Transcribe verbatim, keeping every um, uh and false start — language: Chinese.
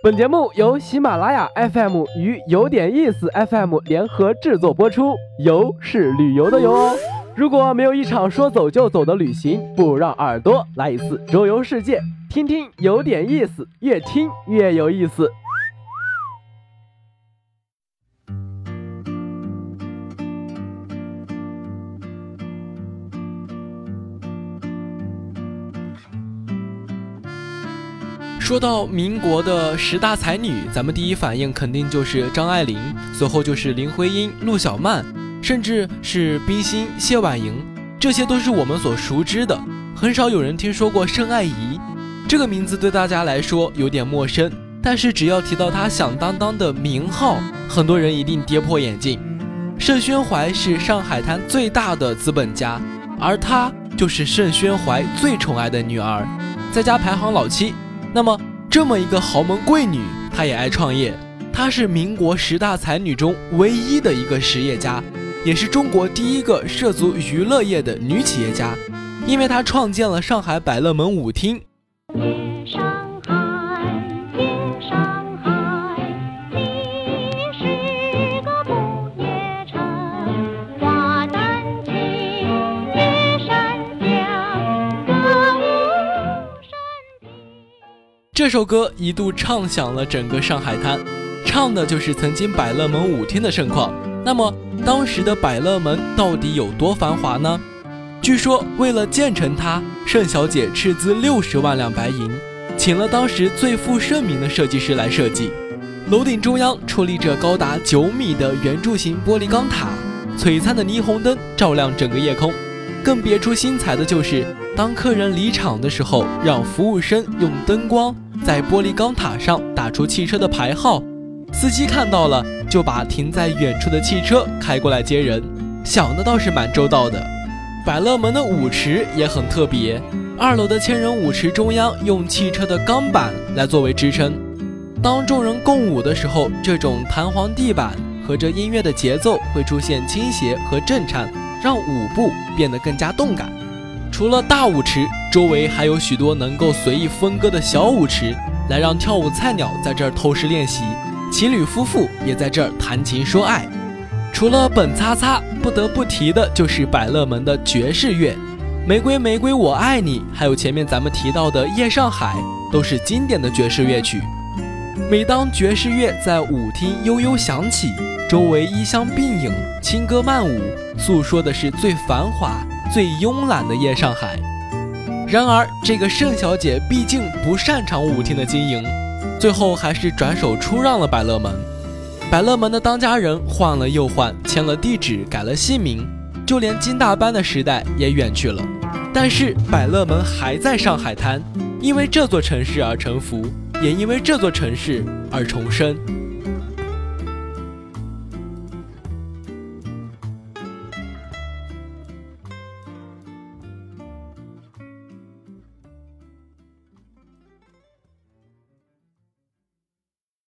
本节目由喜马拉雅 F M 与有点意思 F M 联合制作播出，游是旅游的游哦。如果没有一场说走就走的旅行，不如让耳朵来一次周游世界，听听有点意思，越听越有意思。 说到民国的十大才女，咱们第一反应肯定就是张爱玲，随后就是林徽因、陆小曼，甚至是冰心、谢婉莹，这些都是我们所熟知的。很少有人听说过盛爱怡，这个名字对大家来说有点陌生，但是只要提到她响当当的名号，很多人一定跌破眼镜。盛宣怀是上海滩最大的资本家，而她就是盛宣怀最宠爱的女儿，在家排行老七。那么这么一个豪门贵女，她也爱创业，她是民国十大才女中唯一的一个实业家，也是中国第一个涉足娱乐业的女企业家，因为她创建了上海百乐门舞厅。这首歌一度唱响了整个上海滩，唱的就是曾经百乐门舞厅的盛况。那么当时的百乐门到底有多繁华呢？据说为了建成它，盛小姐斥资六十万两白银，请了当时最负盛名的设计师来设计。楼顶中央矗立着高达九米的圆柱形玻璃钢塔，璀璨的霓虹灯照亮整个夜空。更别出心裁的就是当客人离场的时候，让服务生用灯光在玻璃钢塔上打出汽车的牌号，司机看到了就把停在远处的汽车开过来接人，想的倒是蛮周到的。百乐门的舞池也很特别，二楼的千人舞池中央用汽车的钢板来作为支撑，当众人共舞的时候，这种弹簧地板和着音乐的节奏会出现倾斜和震颤，让舞步变得更加动感。除了大舞池，周围还有许多能够随意分割的小舞池，来让跳舞菜鸟在这儿偷师练习，情侣夫妇也在这儿谈情说爱。除了本擦擦，不得不提的就是百乐门的爵士乐，玫瑰玫瑰我爱你，还有前面咱们提到的夜上海，都是经典的爵士乐曲。每当爵士乐在舞厅悠悠响起，周围衣香鬓影，轻歌曼舞，诉说的是最繁华最慵懒的夜上海。然而这个盛小姐毕竟不擅长舞厅的经营，最后还是转手出让了百乐门。百乐门的当家人换了又换，迁了地址，改了姓名，就连金大班的时代也远去了。但是百乐门还在上海滩，因为这座城市而沉浮，也因为这座城市而重生。